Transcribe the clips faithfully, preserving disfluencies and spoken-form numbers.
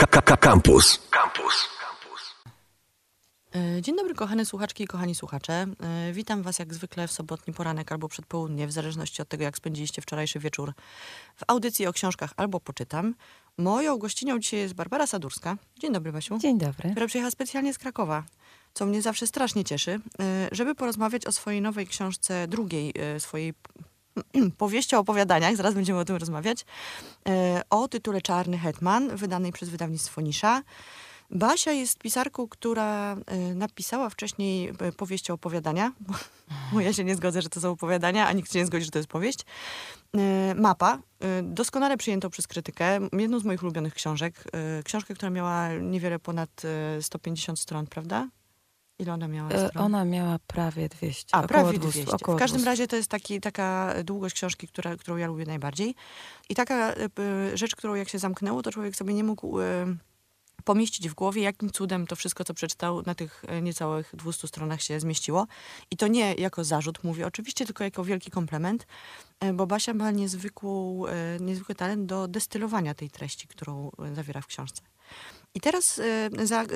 Campus. Campus. Dzień dobry, kochane słuchaczki i kochani słuchacze. Witam was jak zwykle w sobotni poranek albo przedpołudnie, w zależności od tego, jak spędziliście wczorajszy wieczór w audycji o książkach albo poczytam. Moją gościnią dzisiaj jest Barbara Sadurska. Dzień dobry, Basiu. Dzień dobry. Która przyjechała specjalnie z Krakowa, co mnie zawsze strasznie cieszy, żeby porozmawiać o swojej nowej książce, drugiej swojej powieści o opowiadaniach, zaraz będziemy o tym rozmawiać, o tytule Czarny Hetman, wydanej przez wydawnictwo Nisza. Basia jest pisarką, która y, napisała wcześniej y, powieść o opowiadania, bo, bo ja się nie zgodzę, że to są opowiadania, a nikt się nie zgodzi, że to jest powieść. Y, Mapa, y, doskonale przyjętą przez krytykę, jedną z moich ulubionych książek. Y, książkę, która miała niewiele ponad y, sto pięćdziesiąt stron, prawda? Ile ona miała stron? Ona miała prawie dwieście. A, około prawie dwieście. dwieście. Około w każdym dwieście. razie to jest taki, taka długość książki, która, którą ja lubię najbardziej. I taka y, y, rzecz, którą jak się zamknęło, to człowiek sobie nie mógł... Y, pomieścić w głowie, jakim cudem to wszystko, co przeczytał, na tych niecałych dwustu stronach się zmieściło. I to nie jako zarzut mówię, oczywiście, tylko jako wielki komplement, bo Basia ma niezwykłą, niezwykły talent do destylowania tej treści, którą zawiera w książce. I teraz za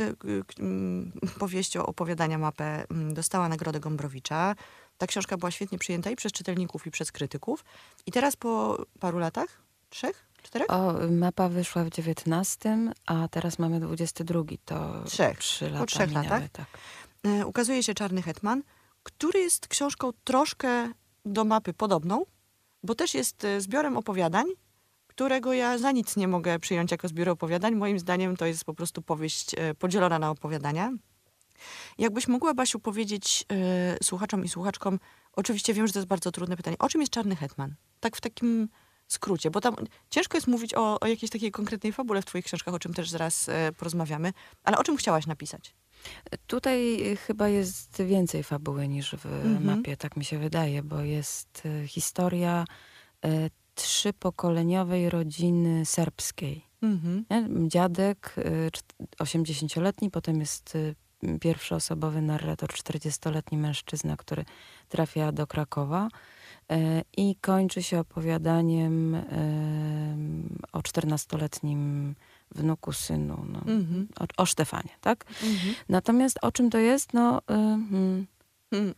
powieść o opowiadania Mapę dostała Nagrodę Gombrowicza. Ta książka była świetnie przyjęta i przez czytelników, i przez krytyków. I teraz po paru latach, trzech? Czterech? O, Mapa wyszła w dziewiętnastym, a teraz mamy dwudziesty drugi. To Trzech. trzy lata Po trzech minęły, latach. tak. E, ukazuje się Czarny Hetman, który jest książką troszkę do Mapy podobną, bo też jest e, zbiorem opowiadań, którego ja za nic nie mogę przyjąć jako zbiór opowiadań. Moim zdaniem to jest po prostu powieść e, podzielona na opowiadania. Jakbyś mogła, Basiu, powiedzieć e, słuchaczom i słuchaczkom, oczywiście wiem, że to jest bardzo trudne pytanie, o czym jest Czarny Hetman? Tak w takim skrócie, bo tam ciężko jest mówić o, o jakiejś takiej konkretnej fabule w twoich książkach, o czym też zaraz e, porozmawiamy, ale o czym chciałaś napisać? Tutaj chyba jest więcej fabuły niż w Mhm. Mapie, tak mi się wydaje, bo jest e, historia e, trzypokoleniowej rodziny serbskiej. Mhm. Nie? Dziadek e, czt- osiemdziesięcioletni, potem jest e, pierwszoosobowy narrator, czterdziestoletni mężczyzna, który trafia do Krakowa. I kończy się opowiadaniem e, o czternastoletnim wnuku, synu, no, Mhm. o, o Stefanie, tak? Mhm. Natomiast o czym to jest? No, y, mm, Mhm.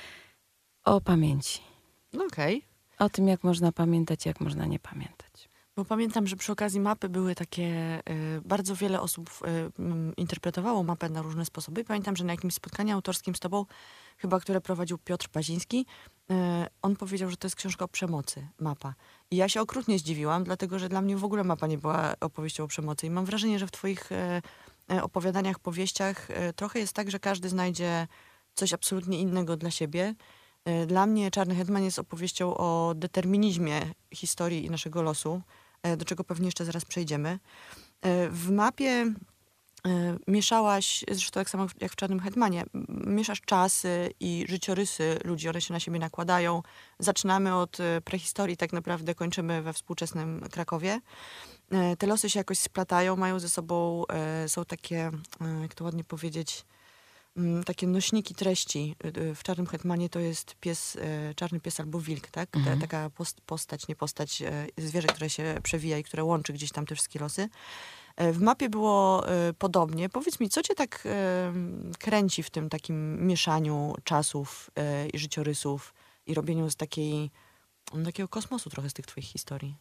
o pamięci. No okej. O tym, jak można pamiętać, jak można nie pamiętać. Bo pamiętam, że przy okazji Mapy były takie, y, bardzo wiele osób y, m, interpretowało Mapę na różne sposoby. Pamiętam, że na jakimś spotkaniu autorskim z tobą, chyba które prowadził Piotr Paziński, y, on powiedział, że to jest książka o przemocy, Mapa. I ja się okrutnie zdziwiłam, dlatego, że dla mnie w ogóle Mapa nie była opowieścią o przemocy. I mam wrażenie, że w twoich y, y, opowiadaniach, powieściach y, trochę jest tak, że każdy znajdzie coś absolutnie innego dla siebie. Y, Dla mnie Czarny Hetman jest opowieścią o determinizmie historii i naszego losu, e, do czego pewnie jeszcze zaraz przejdziemy. E, W Mapie e, mieszałaś, zresztą tak samo jak w Czarnym Hetmanie, m, mieszasz czasy i życiorysy ludzi, one się na siebie nakładają. Zaczynamy od e, prehistorii, tak naprawdę kończymy we współczesnym Krakowie. E, Te losy się jakoś splatają, mają ze sobą, e, są takie, e, jak to ładnie powiedzieć, mm, takie nośniki treści. Y, W Czarnym Hetmanie to jest pies, e, czarny pies albo wilk, tak? Ta, Mhm. taka post, postać, nie postać, e, zwierzę, które się przewija i które łączy gdzieś tam te wszystkie losy. E, W Mapie było e, podobnie. Powiedz mi, co cię tak e, kręci w tym takim mieszaniu czasów e, i życiorysów i robieniu z takiej, no, takiego kosmosu trochę z tych twoich historii?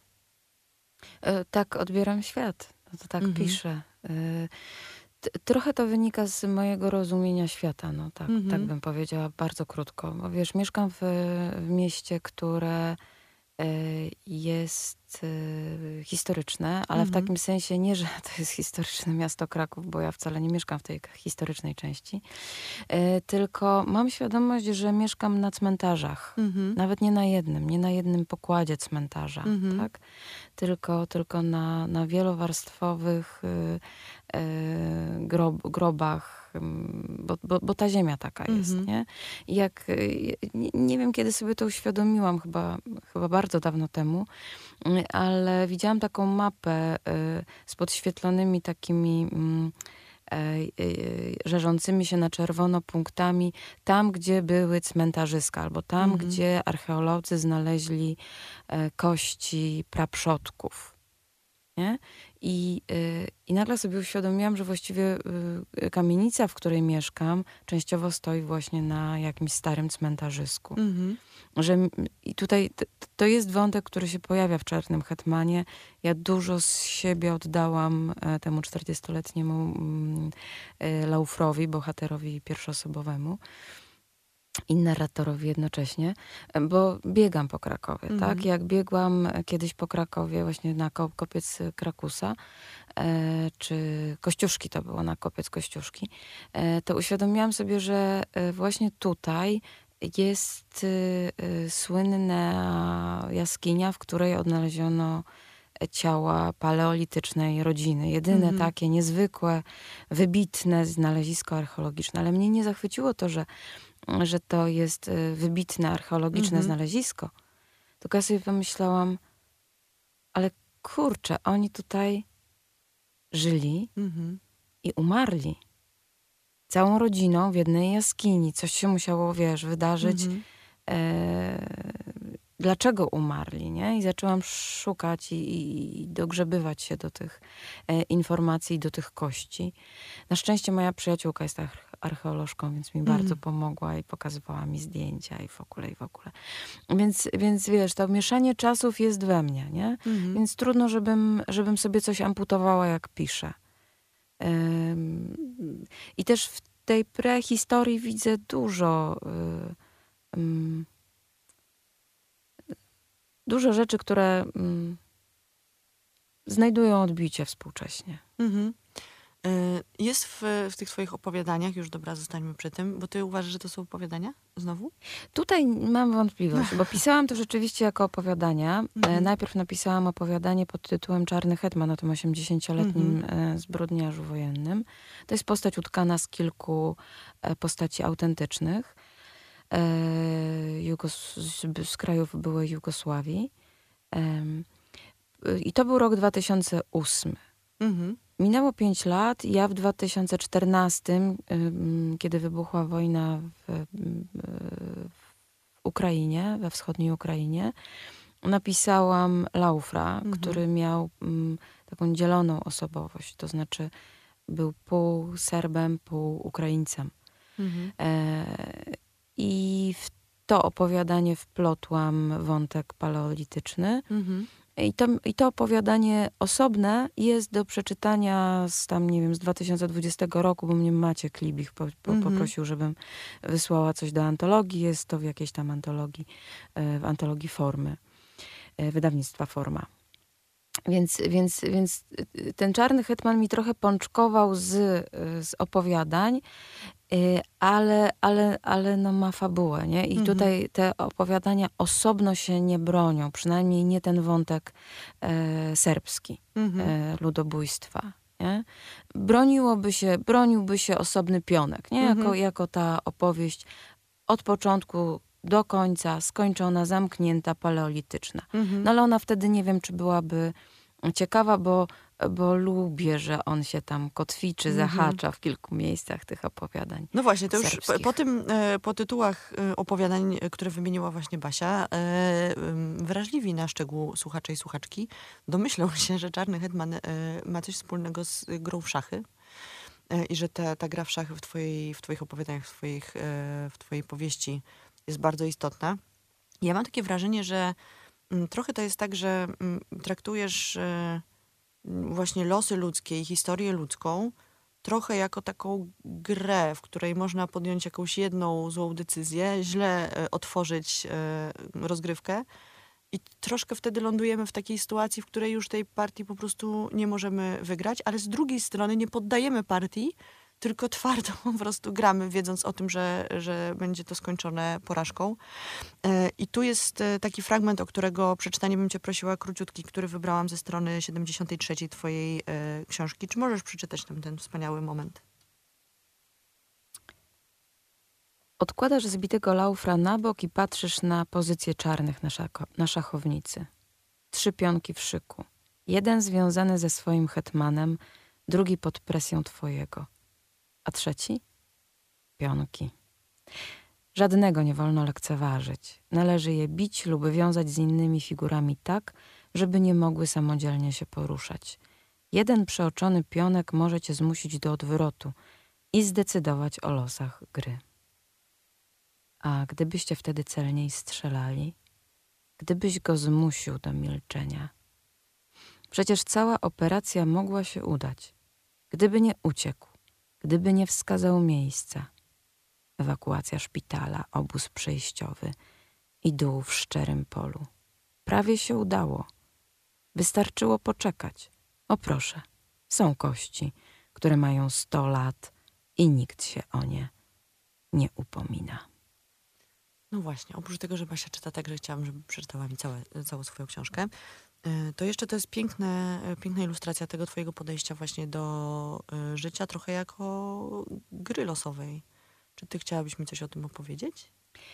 E, tak odbieram świat. No to tak Mhm. piszę. E, t- trochę to wynika z mojego rozumienia świata. No tak, Mhm. tak bym powiedziała bardzo krótko. Bo wiesz, mieszkam w, w mieście, które e, jest e, historyczne, ale w Mhm. takim sensie nie, że to jest historyczne miasto Kraków, bo ja wcale nie mieszkam w tej historycznej części, e, tylko mam świadomość, że mieszkam na cmentarzach. Mhm. Nawet nie na jednym, nie na jednym pokładzie cmentarza, Mhm. tak? Tylko, tylko na, na wielowarstwowych y, y, grob, grobach, ym, bo, bo, bo ta ziemia taka jest, Mhm. nie? I jak, y, nie, nie wiem, kiedy sobie to uświadomiłam, chyba, chyba bardzo dawno temu, y, ale widziałam taką mapę y, z podświetlonymi takimi mm, e, e, żarzącymi się na czerwono punktami tam, gdzie były cmentarzyska, albo tam, Mhm. gdzie archeolodzy znaleźli e, kości praprzodków. nie? I, y, I nagle sobie uświadomiłam, że właściwie y, kamienica, w której mieszkam, częściowo stoi właśnie na jakimś starym cmentarzysku. Mhm. Że m- i tutaj t- to jest wątek, który się pojawia w Czarnym Hetmanie. Ja dużo z siebie oddałam e, temu czterdziestoletniemu mm, e, Laufrowi, bohaterowi pierwszoosobowemu i narratorowi jednocześnie, e, bo biegam po Krakowie, Mhm. tak? Jak biegłam kiedyś po Krakowie właśnie na ko- kopiec Krakusa, e, czy Kościuszki to było, na kopiec Kościuszki, e, to uświadomiłam sobie, że e, właśnie tutaj jest y, y, słynna jaskinia, w której odnaleziono ciała paleolitycznej rodziny. Jedyne Mhm. takie niezwykłe, wybitne znalezisko archeologiczne. Ale mnie nie zachwyciło to, że, że to jest y, wybitne archeologiczne Mhm. znalezisko. Tylko ja sobie pomyślałam, ale kurczę, oni tutaj żyli Mhm. i umarli. Całą rodziną w jednej jaskini. Coś się musiało, wiesz, wydarzyć. Mhm. E, dlaczego umarli, nie? I zaczęłam szukać i, i, i dogrzebywać się do tych e, informacji, do tych kości. Na szczęście moja przyjaciółka jest arche- archeolożką, więc mi bardzo Mhm. pomogła i pokazywała mi zdjęcia i w ogóle, i w ogóle. Więc, więc wiesz, to mieszanie czasów jest we mnie, nie? Mhm. Więc trudno, żebym, żebym sobie coś amputowała, jak piszę. Ym, I też w tej prehistorii widzę dużo, y, ym, dużo rzeczy, które ym, znajdują odbicie współcześnie. Mhm. Y, Jest w, w tych twoich opowiadaniach, już dobra, zostańmy przy tym, bo ty uważasz, że to są opowiadania? Znowu? Tutaj mam wątpliwość, bo pisałam to rzeczywiście jako opowiadania. E, Mhm. Najpierw napisałam opowiadanie pod tytułem Czarny Hetman o tym osiemdziesięcioletnim Mhm. e, zbrodniarzu wojennym. To jest postać utkana z kilku e, postaci autentycznych e, Jugos z, z krajów byłej Jugosławii. Em, y, I to był rok dwa tysiące ósmy. Mhm. Minęło pięć lat i ja w dwa tysiące czternastym, ym, kiedy wybuchła wojna w, ym, w Ukrainie, we wschodniej Ukrainie, napisałam Laufra, Mhm. który miał ym, taką dzieloną osobowość, to znaczy był pół Serbem, pół Ukraińcem. Mhm. E, I w to opowiadanie wplotłam wątek paleolityczny. Mhm. I to, I to opowiadanie osobne jest do przeczytania z tam, nie wiem, z dwa tysiące dwudziestego roku, bo mnie Maciek Libich po, po, Mhm. poprosił, żebym wysłała coś do antologii. Jest to w jakiejś tam antologii, e, w antologii Formy, e, wydawnictwa Forma. Więc, więc, więc ten Czarny Hetman mi trochę pączkował z, z opowiadań, y, ale, ale, ale no ma fabułę, nie? I Mhm. tutaj te opowiadania osobno się nie bronią, przynajmniej nie ten wątek e, serbski, Mhm. e, ludobójstwa, nie? Broniłoby się, broniłby się osobny pionek, nie? Jako, Mhm. jako ta opowieść od początku do końca, skończona, zamknięta, paleolityczna. Mhm. No ale ona wtedy nie wiem, czy byłaby ciekawa, bo, bo lubię, że on się tam kotwiczy, Mhm. zahacza w kilku miejscach tych opowiadań. No właśnie, to już po, serbskich. po tym, e, po tytułach e, opowiadań, e, które wymieniła właśnie Basia, e, ym, wrażliwi na szczegół słuchacze i słuchaczki domyślą się, że Czarny Hetman e, ma coś wspólnego z grą w szachy e, i że ta, ta gra w szachy w, twojej, w twoich opowiadaniach, w, twoich, e, w twojej powieści jest bardzo istotna. Ja mam takie wrażenie, że mm, trochę to jest tak, że mm, traktujesz e, m, właśnie losy ludzkie i historię ludzką trochę jako taką grę, w której można podjąć jakąś jedną złą decyzję, źle e, otworzyć e, rozgrywkę i troszkę wtedy lądujemy w takiej sytuacji, w której już tej partii po prostu nie możemy wygrać, ale z drugiej strony nie poddajemy partii, tylko twardo po prostu gramy, wiedząc o tym, że, że będzie to skończone porażką. E, I tu jest e, taki fragment, o którego przeczytanie bym cię prosiła, króciutki, który wybrałam ze strony siedemdziesiątej trzeciej twojej e, książki. Czy możesz przeczytać nam ten wspaniały moment? Odkładasz zbitego Laufra na bok i patrzysz na pozycję czarnych na, szako, na szachownicy. Trzy pionki w szyku. Jeden związany ze swoim hetmanem, drugi pod presją twojego. A trzeci? Pionki. Żadnego nie wolno lekceważyć. Należy je bić lub wiązać z innymi figurami tak, żeby nie mogły samodzielnie się poruszać. Jeden przeoczony pionek może cię zmusić do odwrotu i zdecydować o losach gry. A gdybyście wtedy celniej strzelali, gdybyś go zmusił do milczenia, przecież cała operacja mogła się udać, gdyby nie uciekł, gdyby nie wskazał miejsca. Ewakuacja szpitala, obóz przejściowy i dół w szczerym polu. Prawie się udało. Wystarczyło poczekać. O proszę, są kości, które mają sto lat i nikt się o nie nie upomina. No właśnie, oprócz tego, że Basia czyta tak, że chciałam, żeby przeczytała mi całe, całą swoją książkę, y, to jeszcze to jest piękne, y, piękna ilustracja tego twojego podejścia właśnie do y, życia, trochę jako gry losowej. Czy ty chciałabyś mi coś o tym opowiedzieć?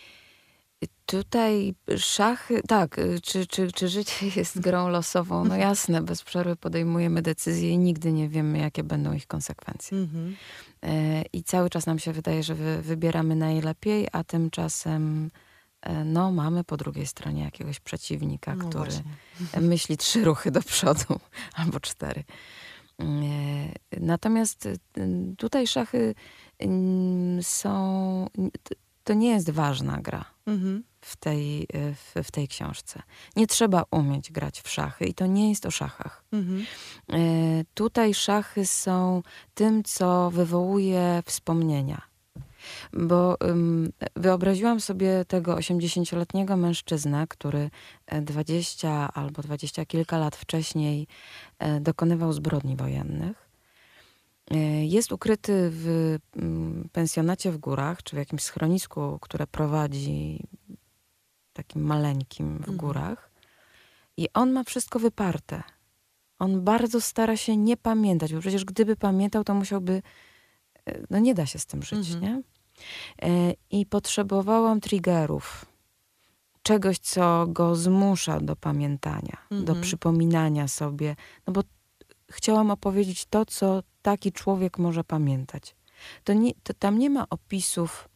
Tutaj szachy, tak, y, czy, czy, czy życie jest grą losową? No jasne, bez przerwy podejmujemy decyzje i nigdy nie wiemy, jakie będą ich konsekwencje. Mhm. E, I cały czas nam się wydaje, że wy, wybieramy najlepiej, a tymczasem e, no, mamy po drugiej stronie jakiegoś przeciwnika, No który właśnie. myśli trzy ruchy do przodu albo cztery. E, Natomiast y, tutaj szachy mm, są... t- To nie jest ważna gra Mhm. w tej, w, w tej książce. Nie trzeba umieć grać w szachy i to nie jest o szachach. Mhm. E, Tutaj szachy są tym, co wywołuje wspomnienia. Bo ym, wyobraziłam sobie tego osiemdziesięcioletniego mężczyznę, który e, dwadzieścia albo dwadzieścia kilka lat wcześniej e, dokonywał zbrodni wojennych. E, Jest ukryty w mm, pensjonacie w górach, czy w jakimś schronisku, które prowadzi takim maleńkim w Mhm. górach. I on ma wszystko wyparte. On bardzo stara się nie pamiętać, bo przecież gdyby pamiętał, to musiałby... e, No nie da się z tym żyć, Mhm. nie? E, I potrzebowałam triggerów. Czegoś, co go zmusza do pamiętania, do Mhm. przypominania sobie. No bo chciałam opowiedzieć to, co taki człowiek może pamiętać. To nie, to tam nie ma opisów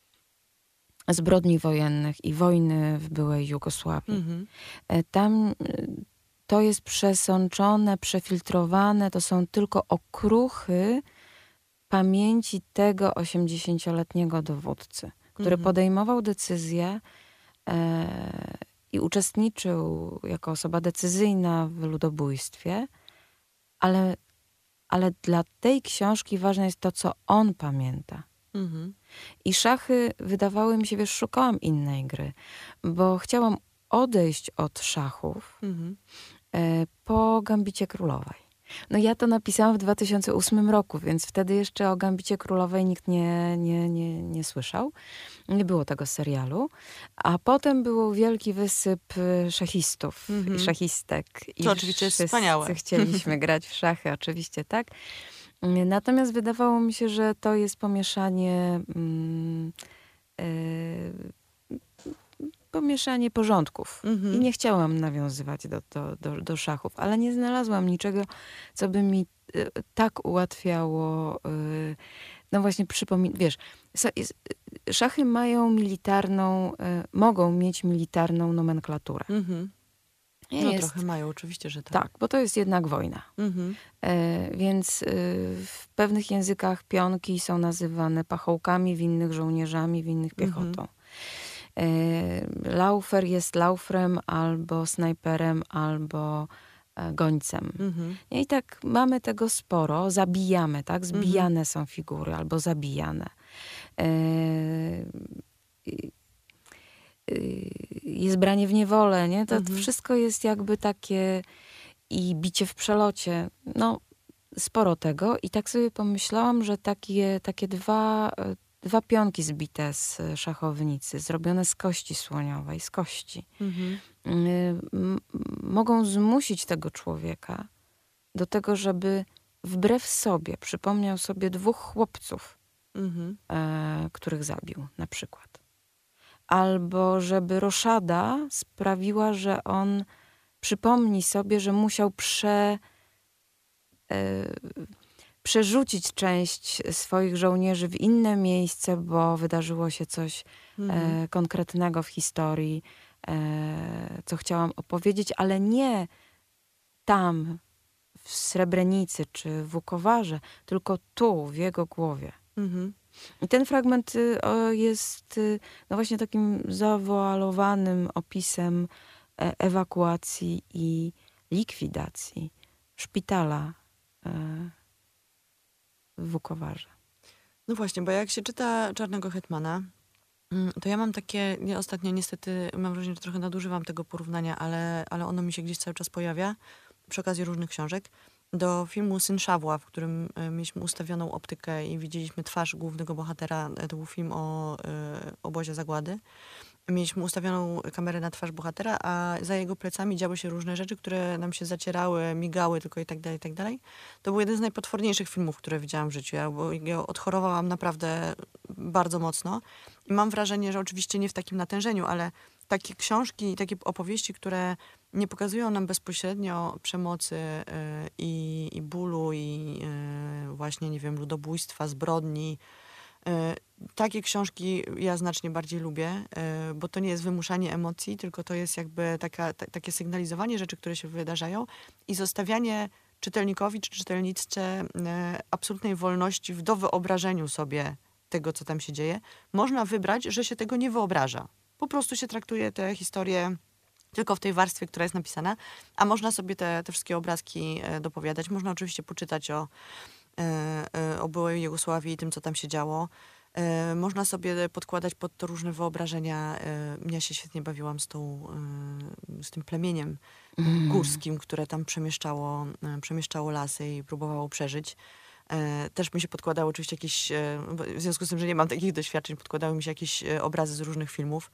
zbrodni wojennych i wojny w byłej Jugosławii. Mhm. E, Tam y, to jest przesączone, przefiltrowane, to są tylko okruchy pamięci tego osiemdziesięcioletniego dowódcy, który Mhm. podejmował decyzje e, i uczestniczył jako osoba decyzyjna w ludobójstwie, ale, ale dla tej książki ważne jest to, co on pamięta. Mhm. I szachy wydawały mi się, wiesz, szukałam innej gry, bo chciałam odejść od szachów Mhm. e, po Gambicie Królowej. No ja to napisałam w dwa tysiące ósmym roku, więc wtedy jeszcze o Gambicie Królowej nikt nie, nie, nie, nie słyszał. Nie było tego serialu. A potem był wielki wysyp y, szachistów Mhm. i szachistek. I Co oczywiście jest wszyscy wspaniałe. chcieliśmy grać w szachy, oczywiście, tak. Y, Natomiast wydawało mi się, że to jest pomieszanie... Mm, y, pomieszanie porządków. Mhm. I nie chciałam nawiązywać do, do, do, do szachów, ale nie znalazłam niczego, co by mi y, tak ułatwiało, y, no właśnie przypominać, wiesz, sa- jest- y, szachy mają militarną, y, mogą mieć militarną nomenklaturę. Mhm. Nie No jest, trochę mają, oczywiście, że tak. tak, bo to jest jednak wojna. Mhm. E, Więc y, w pewnych językach pionki są nazywane pachołkami, w innych żołnierzami, w innych Mhm. piechotą. E, Laufer jest laufrem, albo snajperem, albo e, gońcem. Mhm. I tak mamy tego sporo. Zabijamy, tak? Zbijane są figury, albo zabijane. E, y, y, Jest branie w niewolę, nie? To Mhm. wszystko jest jakby takie i bicie w przelocie. No, sporo tego. I tak sobie pomyślałam, że takie, takie dwa, e, dwa pionki zbite z szachownicy, zrobione z kości słoniowej, z kości, Mhm. y, m- mogą zmusić tego człowieka do tego, żeby wbrew sobie przypomniał sobie dwóch chłopców, Mhm. e, których zabił na przykład. Albo żeby roszada sprawiła, że on przypomni sobie, że musiał prze, e, przerzucić część swoich żołnierzy w inne miejsce, bo wydarzyło się coś Mhm. e, konkretnego w historii. e, co chciałam opowiedzieć, ale nie tam, w Srebrenicy czy w Vukovarze, tylko tu, w jego głowie. Mhm. I ten fragment y, o, jest y, no właśnie takim zawoalowanym opisem e, ewakuacji i likwidacji szpitala e, w Vukovarze. No właśnie, bo jak się czyta Czarnego Hetmana, mm, to ja mam takie, ja ostatnio niestety mam wrażenie, że trochę nadużywam tego porównania, ale, ale ono mi się gdzieś cały czas pojawia przy okazji różnych książek, do filmu Syn Szawła, w którym e, mieliśmy ustawioną optykę i widzieliśmy twarz głównego bohatera. E, To był film o e, obozie zagłady. Mieliśmy ustawioną kamerę na twarz bohatera, a za jego plecami działy się różne rzeczy, które nam się zacierały, migały tylko i tak dalej, i tak dalej. To był jeden z najpotworniejszych filmów, które widziałam w życiu. Ja, bo ja odchorowałam naprawdę bardzo mocno. I mam wrażenie, że oczywiście nie w takim natężeniu, ale takie książki i takie opowieści, które nie pokazują nam bezpośrednio przemocy y, i, i bólu i y, właśnie, nie wiem, ludobójstwa, zbrodni. Y, takie książki ja znacznie bardziej lubię, y, bo to nie jest wymuszanie emocji, tylko to jest jakby taka, ta, takie sygnalizowanie rzeczy, które się wydarzają i zostawianie czytelnikowi czy czytelniczce y, absolutnej wolności w dowyobrażeniu sobie tego, co tam się dzieje. Można wybrać, że się tego nie wyobraża. Po prostu się traktuje tę historię tylko w tej warstwie, która jest napisana, a można sobie te, te wszystkie obrazki e, dopowiadać. Można oczywiście poczytać o, e, e, o byłej Jugosławii i tym, co tam się działo. E, można sobie podkładać pod to różne wyobrażenia. E, ja się świetnie bawiłam z, tą, e, z tym plemieniem górskim, które tam przemieszczało, e, przemieszczało lasy i próbowało przeżyć. E, też mi się podkładały oczywiście jakieś, e, w związku z tym, że nie mam takich doświadczeń, podkładały mi się jakieś e, obrazy z różnych filmów.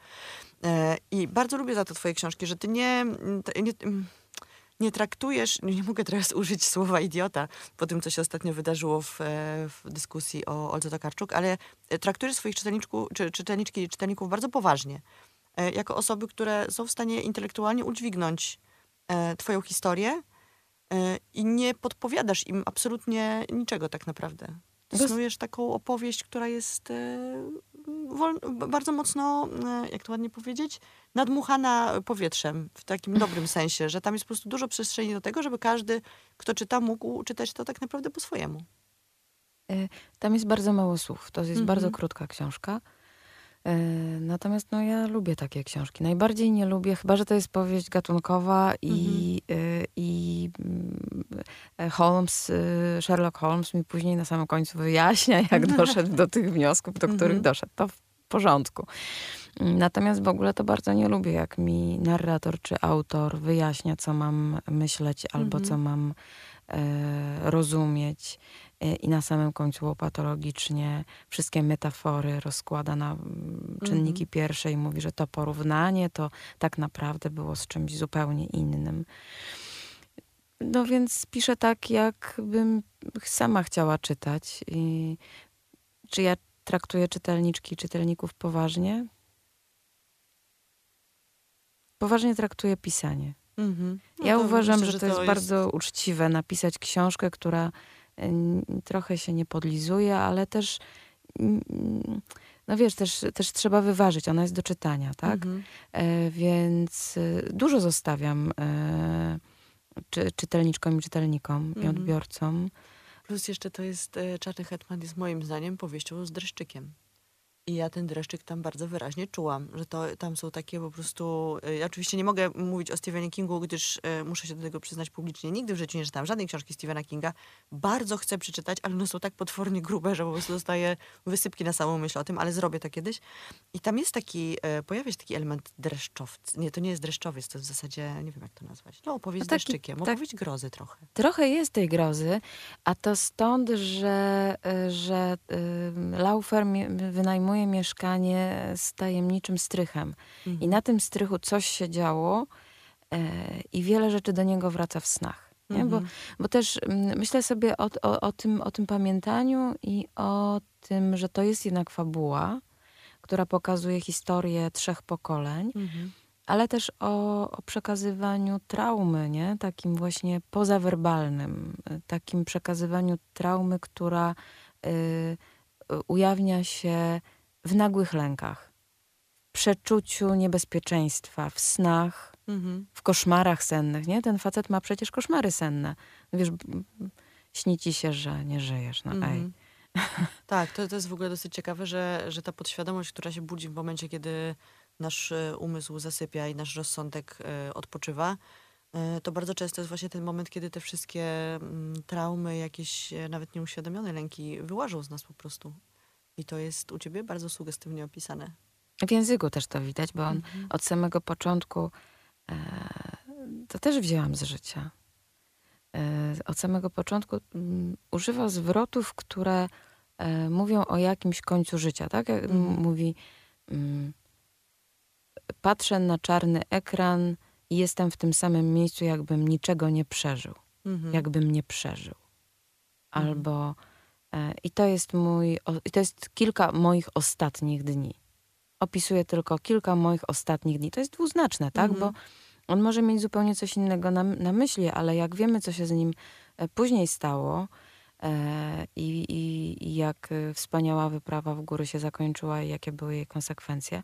E, I bardzo lubię za to twoje książki, że ty nie, t- nie, nie traktujesz, nie mogę teraz użyć słowa idiota po tym, co się ostatnio wydarzyło w, e, w dyskusji o Oldze Tokarczuk, ale traktujesz swoich czytelniczków, czy, czytelniczki i czytelników bardzo poważnie. E, jako osoby, które są w stanie intelektualnie udźwignąć e, twoją historię, e, i nie podpowiadasz im absolutnie niczego tak naprawdę. Ty Bez- snujesz taką opowieść, która jest e, wol, b- bardzo mocno, e, jak to ładnie powiedzieć, nadmuchana powietrzem, w takim dobrym sensie, że tam jest po prostu dużo przestrzeni do tego, żeby każdy, kto czyta, mógł czytać to tak naprawdę po swojemu. E, Tam jest bardzo mało słów. To jest Mhm. bardzo krótka książka. E, Natomiast no, ja lubię takie książki. Najbardziej nie lubię, chyba że to jest powieść gatunkowa i, e, i mm, e, Holmes, e, Sherlock Holmes mi później na samym końcu wyjaśnia, jak doszedł do tych wniosków, do których Mhm. doszedł. To w porządku. Mm, Natomiast w ogóle to bardzo nie lubię, jak mi narrator czy autor wyjaśnia, co mam myśleć albo Mhm. co mam e, rozumieć e, i na samym końcu łopatologicznie wszystkie metafory rozkłada na mm, czynniki pierwsze i mówi, że to porównanie to tak naprawdę było z czymś zupełnie innym. No więc piszę tak, jakbym sama chciała czytać. I czy ja traktuję czytelniczki i czytelników poważnie? Poważnie traktuję pisanie. Mhm. No Ja to uważam, myślę, że to jest jest- bardzo uczciwe napisać książkę, która y, n- trochę się nie podlizuje, ale też, mm, no wiesz, też, też trzeba wyważyć. Ona jest do czytania, tak? Mhm. E, więc y, dużo zostawiam e, czy, czytelniczkom i czytelnikom i Mhm. odbiorcom. Plus jeszcze to jest, e, Czarny Hetman jest moim zdaniem powieścią z dreszczykiem. I ja ten dreszczyk tam bardzo wyraźnie czułam, że to tam są takie po prostu... e, Ja oczywiście nie mogę mówić o Stephenie Kingu, gdyż e, muszę się do tego przyznać publicznie. Nigdy w życiu nie czytałam żadnej książki Stephena Kinga. Bardzo chcę przeczytać, ale one są tak potwornie grube, że po prostu dostaję wysypki na samą myśl o tym, ale zrobię to kiedyś. I tam jest taki, e, pojawia się taki element dreszczowca. Nie, to nie jest dreszczowiec, to jest w zasadzie, nie wiem jak to nazwać. No opowieść No z taki- dreszczykiem, tak- opowieść grozy trochę. Trochę jest tej grozy, a to stąd, że, y, że y, Laufer mie- wynajmuje mieszkanie z tajemniczym strychem. I na tym strychu coś się działo e, i wiele rzeczy do niego wraca w snach. Nie? Bo, bo też mm, myślę sobie o, o, o, tym, o tym pamiętaniu i o tym, że to jest jednak fabuła, która pokazuje historię trzech pokoleń, Mhm. ale też o, o przekazywaniu traumy, nie? Takim właśnie pozawerbalnym, y, takim przekazywaniu traumy, która y, y, ujawnia się w nagłych lękach. przeczuciu niebezpieczeństwa, w snach, Mhm. w koszmarach sennych, nie? Ten facet ma przecież koszmary senne. Wiesz, b- b- śni ci się, że nie żyjesz, no ej. Mhm. Tak, to, to jest w ogóle dosyć ciekawe, że, że ta podświadomość, która się budzi w momencie, kiedy nasz e, umysł zasypia i nasz rozsądek e, odpoczywa, e, to bardzo często jest właśnie ten moment, kiedy te wszystkie mm, traumy, jakieś e, nawet nieuświadomione lęki wyłażą z nas po prostu. I to jest u ciebie bardzo sugestywnie opisane. W języku też to widać, bo on Mhm. od samego początku, e, to też wzięłam z życia. E, od samego początku mm, używa zwrotów, które e, mówią o jakimś końcu życia, tak? Jak m- Mhm. Mówi, mm, patrzę na czarny ekran i jestem w tym samym miejscu, jakbym niczego nie przeżył. Mhm. Jakbym nie przeżył. Mhm. Albo, e, i to jest mój, o, i to jest kilka moich ostatnich dni. Opisuję tylko kilka moich ostatnich dni. To jest dwuznaczne, tak? Mhm. Bo on może mieć zupełnie coś innego na, na myśli, ale jak wiemy, co się z nim e, później stało e, i, i, i jak e, wspaniała wyprawa w góry się zakończyła i jakie były jej konsekwencje,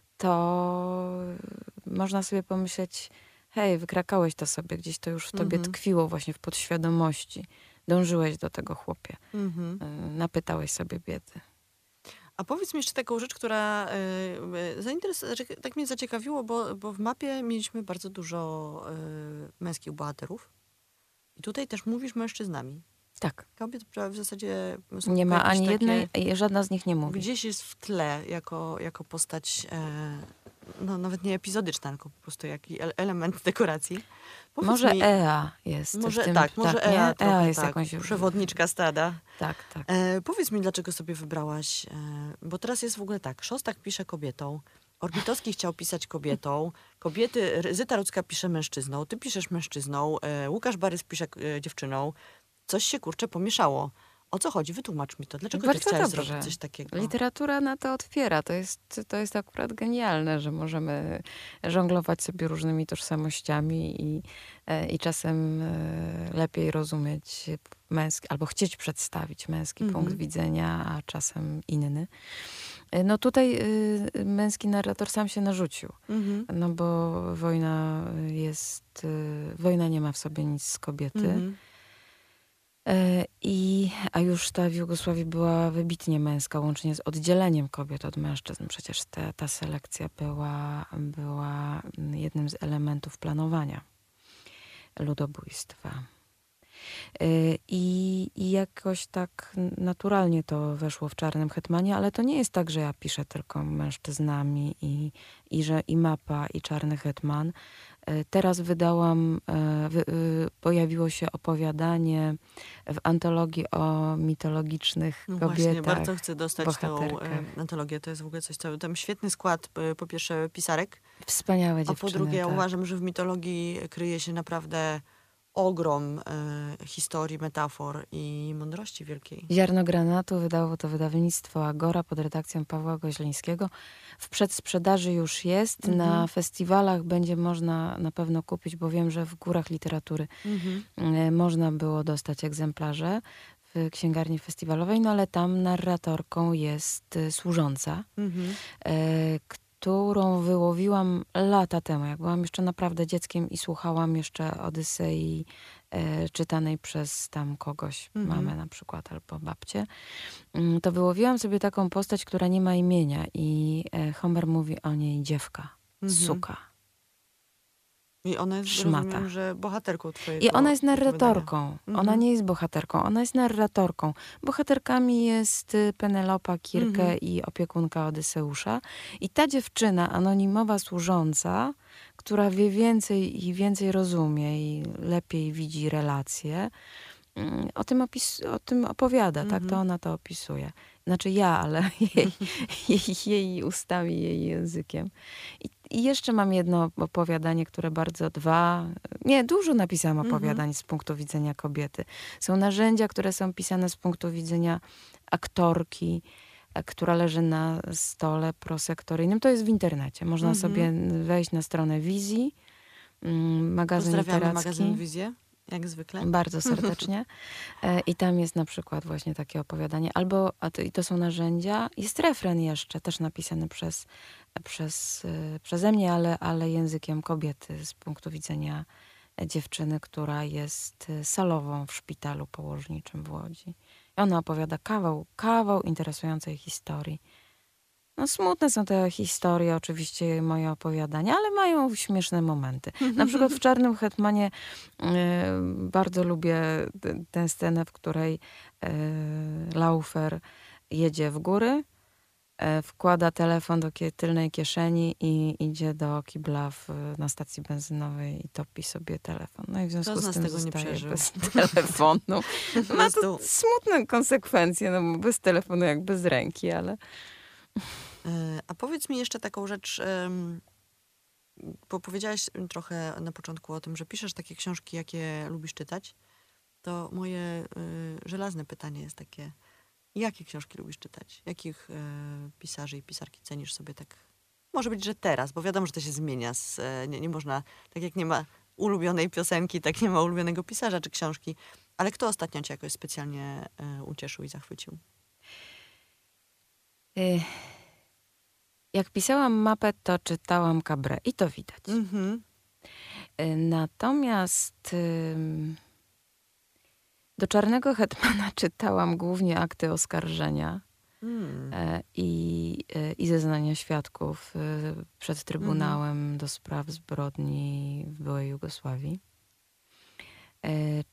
to można sobie pomyśleć, hej, wykrakałeś to sobie, gdzieś to już w tobie Mhm. tkwiło właśnie w podświadomości. Dążyłeś do tego, chłopie. Mhm. E, Napytałeś sobie biedy. A powiedz mi jeszcze taką rzecz, która y, zainteres- znaczy, tak mnie zaciekawiło, bo, bo w mapie mieliśmy bardzo dużo y, męskich bohaterów. I tutaj też mówisz mężczyznami. Tak. Kobiet w zasadzie są Nie tylko ma jakieś ani takie, jednej, i żadna z nich nie mówi. gdzieś jest w tle jako, jako postać, e, no nawet nie epizodyczna, tylko po prostu jaki ele- element dekoracji. Powiedz Może mi, Ea jest może w tym, tak, może nie? Ea, trochę Ea jest tak, jakąś... przewodniczka stada. Tak, tak. E, powiedz mi, dlaczego sobie wybrałaś, e, bo teraz jest w ogóle tak, Szostak pisze kobietą, Orbitowski chciał pisać kobietą, kobiety, Zyta Rudzka pisze mężczyzną, ty piszesz mężczyzną, e, Łukasz Barys pisze e, dziewczyną. Coś się, kurczę, pomieszało. O co chodzi? Wytłumacz mi to. Dlaczego ty Bardzo chciałaś dobrze. zrobić coś takiego? Literatura na to otwiera. To jest, to jest akurat genialne, że możemy żonglować sobie różnymi tożsamościami i, e, i czasem e, lepiej rozumieć męski, albo chcieć przedstawić męski Mhm. punkt widzenia, a czasem inny. E, No tutaj y, męski narrator sam się narzucił. Mhm. No bo wojna jest, y, wojna nie ma w sobie nic z kobiety. Mhm. E, I, a już ta w Jugosławii była wybitnie męska, łącznie z oddzieleniem kobiet od mężczyzn. Przecież te, ta selekcja była, była jednym z elementów planowania ludobójstwa. E, I, I jakoś tak naturalnie to weszło w Czarnym Hetmanie, ale to nie jest tak, że ja piszę tylko mężczyznami i, i że i Mapa, i Czarny Hetman. E, Teraz wydałam, e, wy, y, pojawiło się opowiadanie w antologii o mitologicznych No kobietach. właśnie, bardzo chcę dostać tą bohaterkach. e, antologię. To jest w ogóle coś, co tam świetny skład, e, po pierwsze pisarek, Wspaniałe a dziewczyny. po drugie ja tak. uważam, że w mitologii kryje się naprawdę ogrom e, historii, metafor i mądrości wielkiej. Ziarno Granatu wydało to wydawnictwo Agora pod redakcją Pawła Goźlińskiego. W przedsprzedaży już jest. Mhm. Na festiwalach będzie można na pewno kupić, bo wiem, że w Górach Literatury Mhm. e, można było dostać egzemplarze w księgarni festiwalowej, no ale tam narratorką jest e, służąca, Mhm. e, którą wyłowiłam lata temu, jak byłam jeszcze naprawdę dzieckiem i słuchałam jeszcze Odysei e, czytanej przez tam kogoś, Mhm. mamę na przykład albo babcię. Mm, To wyłowiłam sobie taką postać, która nie ma imienia i e, Homer mówi o niej dziewka, Mhm. suka. I ona jest, Szmata. rozumiem, że bohaterką twojego I ona jest opowiadania. narratorką. Ona Mhm. nie jest bohaterką, ona jest narratorką. Bohaterkami jest y, Penelopa, Kirke Mhm. i opiekunka Odyseusza. I ta dziewczyna, anonimowa służąca, która wie więcej i więcej rozumie i lepiej widzi relacje, mm, o tym, opis, o tym opowiada, tak? Mhm. To ona to opisuje. Znaczy ja, ale jej, jej, jej ustami, jej językiem. I, I jeszcze mam jedno opowiadanie, które bardzo dwa, nie, dużo napisałam Mhm. opowiadań z punktu widzenia kobiety. Są narzędzia, które są pisane z punktu widzenia aktorki, e, która leży na stole prosektoryjnym. To jest w internecie. Można Mhm. sobie wejść na stronę Wizji, mm, magazyn Pozdrawiamy literacki. magazyn Wizję jak zwykle. Bardzo serdecznie. E, I tam jest na przykład właśnie takie opowiadanie. Albo, a to, i to są narzędzia, jest refren jeszcze, też napisany przez, przez, e, przeze mnie, ale, ale językiem kobiety z punktu widzenia dziewczyny, która jest e, salową w szpitalu położniczym w Łodzi. I ona opowiada kawał, kawał interesującej historii. No smutne są te historie, oczywiście moje opowiadania, ale mają śmieszne momenty. Na przykład w Czarnym Hetmanie y, bardzo lubię t- tę scenę, w której y, Laufer jedzie w góry, y, wkłada telefon do kie- tylnej kieszeni i idzie do kibla w, na stacji benzynowej i topi sobie telefon. No i w związku z z nas tym tego nie zostaje przeżył? bez telefonu. Po Ma to prostu, smutne konsekwencje, no bo bez telefonu jak bez ręki, ale... e, a powiedz mi jeszcze taką rzecz, em, bo powiedziałaś trochę na początku o tym, że piszesz takie książki, jakie lubisz czytać. To moje y, żelazne pytanie jest takie, jakie książki lubisz czytać? Jakich y, pisarzy i pisarki cenisz sobie tak? Może być, że teraz, bo wiadomo, że to się zmienia. Z, e, nie, nie można, tak jak nie ma ulubionej piosenki, tak nie ma ulubionego pisarza czy książki. Ale kto ostatnio cię jakoś specjalnie e, ucieszył i zachwycił? Y, Jak pisałam mapę, to czytałam Cabré i to widać. Mhm. Y, Natomiast ym, do Czarnego Hetmana czytałam głównie akty oskarżenia Mm. e, i, e, i zeznania świadków e, przed Trybunałem do spraw zbrodni w byłej Jugosławii. E,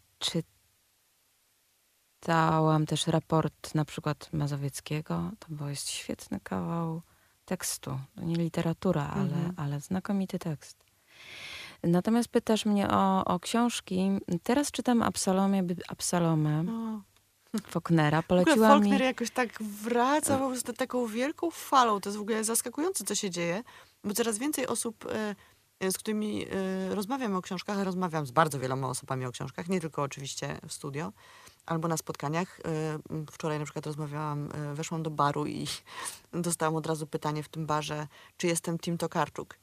Czytałam też raport na przykład Mazowieckiego. To bo jest świetny kawał tekstu. To nie literatura, ale, Mhm. ale znakomity tekst. Natomiast pytasz mnie o, o książki. Teraz czytam Absalomie, By- Absalomę O. Faulknera. W ogóle Poleciła Faulkner mi... jakoś tak wraca po prostu taką wielką falą. To jest w ogóle zaskakujące, co się dzieje, bo coraz więcej osób, e, e, z którymi e, rozmawiam o książkach, a rozmawiam z bardzo wieloma osobami o książkach, nie tylko oczywiście w studio, albo na spotkaniach. E, m, Wczoraj na przykład rozmawiałam, e, weszłam do baru i dostałam od razu pytanie w tym barze, czy jestem Tim Tokarczuk.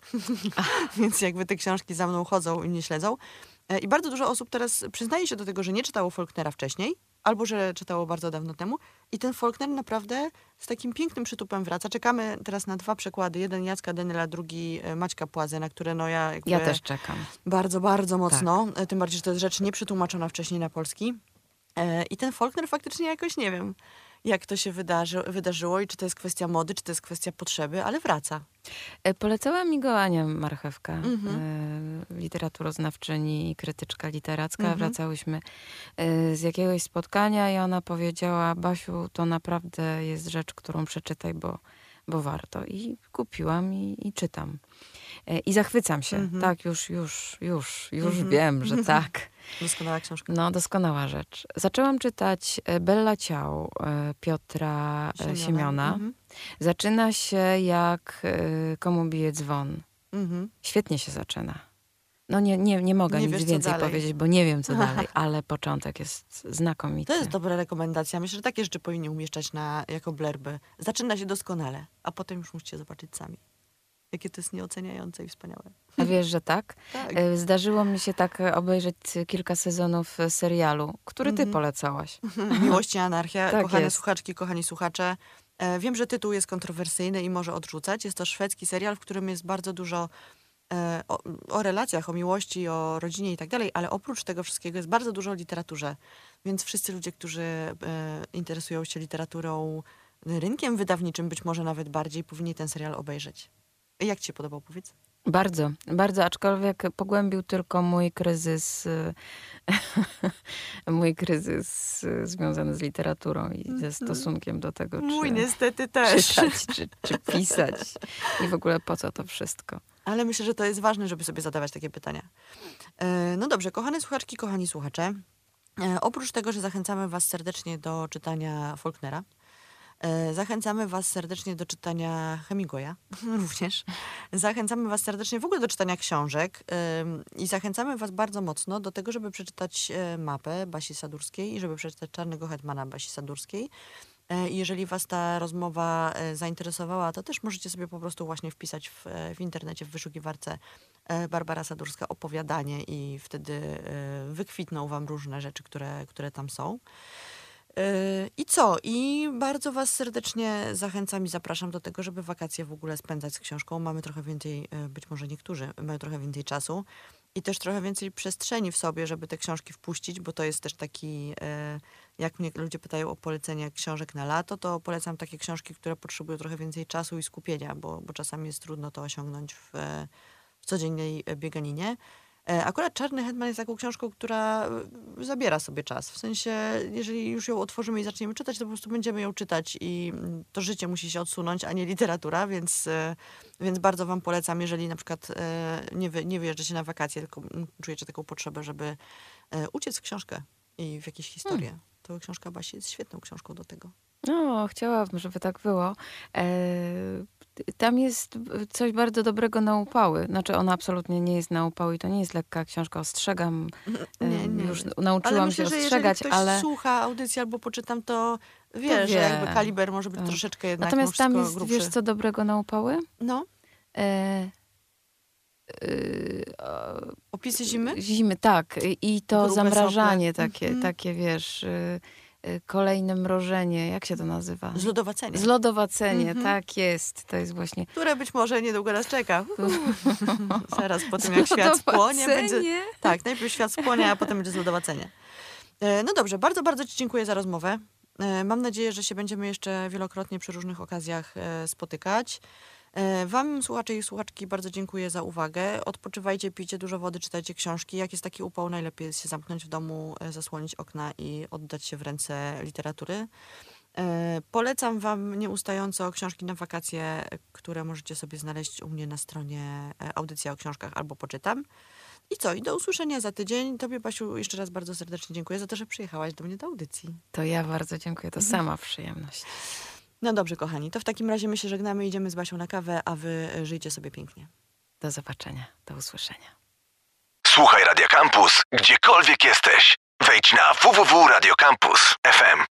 Więc jakby te książki za mną chodzą i mnie śledzą. E, I bardzo dużo osób teraz przyznaje się do tego, że nie czytało Faulknera wcześniej, albo że czytało bardzo dawno temu. I ten Faulkner naprawdę z takim pięknym przytupem wraca. Czekamy teraz na dwa przekłady. Jeden Jacka Denyla, drugi e, Maćka Płazę, na które no ja jakby Ja też czekam. bardzo, bardzo mocno. E, Tym bardziej, że to jest rzecz nieprzetłumaczona wcześniej na polski. E, I ten Faulkner faktycznie jakoś, nie wiem, jak to się wydarzy, wydarzyło i czy to jest kwestia mody, czy to jest kwestia potrzeby, ale wraca. E, Polecała mi go Ania Marchewka, Mhm. e, literaturoznawczyni i krytyczka literacka. Mhm. Wracałyśmy e, z jakiegoś spotkania i ona powiedziała: Basiu, to naprawdę jest rzecz, którą przeczytaj, bo, bo warto. I kupiłam i, i czytam. E, I zachwycam się. Mhm. Tak, już, już, już, już Mhm. wiem, że tak. Doskonała książka. No, doskonała rzecz. Zaczęłam czytać e, Bella Ciao e, Piotra e, Siemiona. Mhm. Zaczyna się jak e, Komu bije dzwon. Mhm. Świetnie się zaczyna. No nie, nie, nie mogę Nie nic wiesz, co więcej dalej. powiedzieć, bo nie wiem co dalej, ale początek jest znakomity. To jest dobra rekomendacja. Myślę, że takie rzeczy powinni umieszczać na, jako blerby. Zaczyna się doskonale, a potem już musicie zobaczyć sami. Jakie to jest nieoceniające i wspaniałe. A wiesz, że tak? Tak. E, Zdarzyło mi się tak e, obejrzeć kilka sezonów e, serialu, który ty Mhm. polecałaś. Miłość i anarchia. Tak Kochane jest. słuchaczki, kochani słuchacze. E, wiem, że tytuł jest kontrowersyjny i może odrzucać. Jest to szwedzki serial, w którym jest bardzo dużo e, o, o relacjach, o miłości, o rodzinie i tak dalej, ale oprócz tego wszystkiego jest bardzo dużo o literaturze. Więc wszyscy ludzie, którzy e, interesują się literaturą, rynkiem wydawniczym być może nawet bardziej, powinni ten serial obejrzeć. Jak ci się podobał, powiedz? Bardzo, bardzo, aczkolwiek pogłębił tylko mój kryzys, e, mój kryzys e, związany z literaturą i ze stosunkiem do tego, Mój czy niestety też. czytać, czy, czy pisać i w ogóle po co to wszystko. Ale myślę, że to jest ważne, żeby sobie zadawać takie pytania. E, No dobrze, kochane słuchaczki, kochani słuchacze. E, Oprócz tego, że zachęcamy was serdecznie do czytania Faulknera, e, zachęcamy was serdecznie do czytania Hemingwaya również. Zachęcamy was serdecznie w ogóle do czytania książek ym, i zachęcamy was bardzo mocno do tego, żeby przeczytać e, mapę Basi Sadurskiej i żeby przeczytać Czarnego Hetmana Basi Sadurskiej. E, I jeżeli was ta rozmowa e, zainteresowała, to też możecie sobie po prostu właśnie wpisać w, w internecie, w wyszukiwarce e, Barbara Sadurska opowiadanie i wtedy e, wykwitną wam różne rzeczy, które, które tam są. Yy, I co? I bardzo was serdecznie zachęcam i zapraszam do tego, żeby wakacje w ogóle spędzać z książką. Mamy trochę więcej, yy, być może niektórzy mają trochę więcej czasu i też trochę więcej przestrzeni w sobie, żeby te książki wpuścić, bo to jest też taki, yy, jak mnie ludzie pytają o polecenie książek na lato, to polecam takie książki, które potrzebują trochę więcej czasu i skupienia, bo, bo czasami jest trudno to osiągnąć w, w codziennej bieganinie. Akurat Czarny Hetman jest taką książką, która zabiera sobie czas. W sensie, jeżeli już ją otworzymy i zaczniemy czytać, to po prostu będziemy ją czytać i to życie musi się odsunąć, a nie literatura, więc, więc bardzo wam polecam, jeżeli na przykład nie, wy, nie wyjeżdżacie na wakacje, tylko czujecie taką potrzebę, żeby uciec w książkę i w jakieś historie. Hmm. To książka Basi jest świetną książką do tego. No, chciałabym, żeby tak było. E, tam jest coś bardzo dobrego na upały. Znaczy ona absolutnie nie jest na upały i to nie jest lekka książka, ostrzegam. E, nie, nie. Już nauczyłam ale myślę, się ostrzegać, że jeżeli ktoś ale... słucha audycji albo poczytam, to wie, to wie. Że jakby kaliber może być tak. troszeczkę jednak Natomiast tam jest, grubszy. Wiesz co dobrego na upały? No. E, Yy, Opisy zimy? Zimy, tak. I to grube zamrażanie sople. takie, mm-hmm. takie wiesz... Yy, kolejne mrożenie, jak się to nazywa? Zlodowacenie. Zlodowacenie, mm-hmm. tak jest. To jest właśnie... Które być może niedługo nas czeka. Zaraz po tym, jak świat spłonie. Będzie... Tak, najpierw świat spłonie, a potem będzie zlodowacenie. No dobrze, bardzo, bardzo ci dziękuję za rozmowę. Mam nadzieję, że się będziemy jeszcze wielokrotnie przy różnych okazjach spotykać. Wam, słuchacze i słuchaczki, bardzo dziękuję za uwagę. Odpoczywajcie, pijcie dużo wody, czytajcie książki. Jak jest taki upał, najlepiej jest się zamknąć w domu, zasłonić okna i oddać się w ręce literatury. Polecam wam nieustająco książki na wakacje, które możecie sobie znaleźć u mnie na stronie Audycja o książkach albo Poczytam. I co? I do usłyszenia za tydzień. Tobie, Basiu, jeszcze raz bardzo serdecznie dziękuję za to, że przyjechałaś do mnie do audycji. To ja bardzo dziękuję. To sama przyjemność. No dobrze, kochani, to w takim razie my się żegnamy, idziemy z Basią na kawę, a wy żyjcie sobie pięknie. Do zobaczenia, do usłyszenia. Słuchaj Radio Campus, gdziekolwiek jesteś. Wejdź na w w w kropka radio campus kropka f m.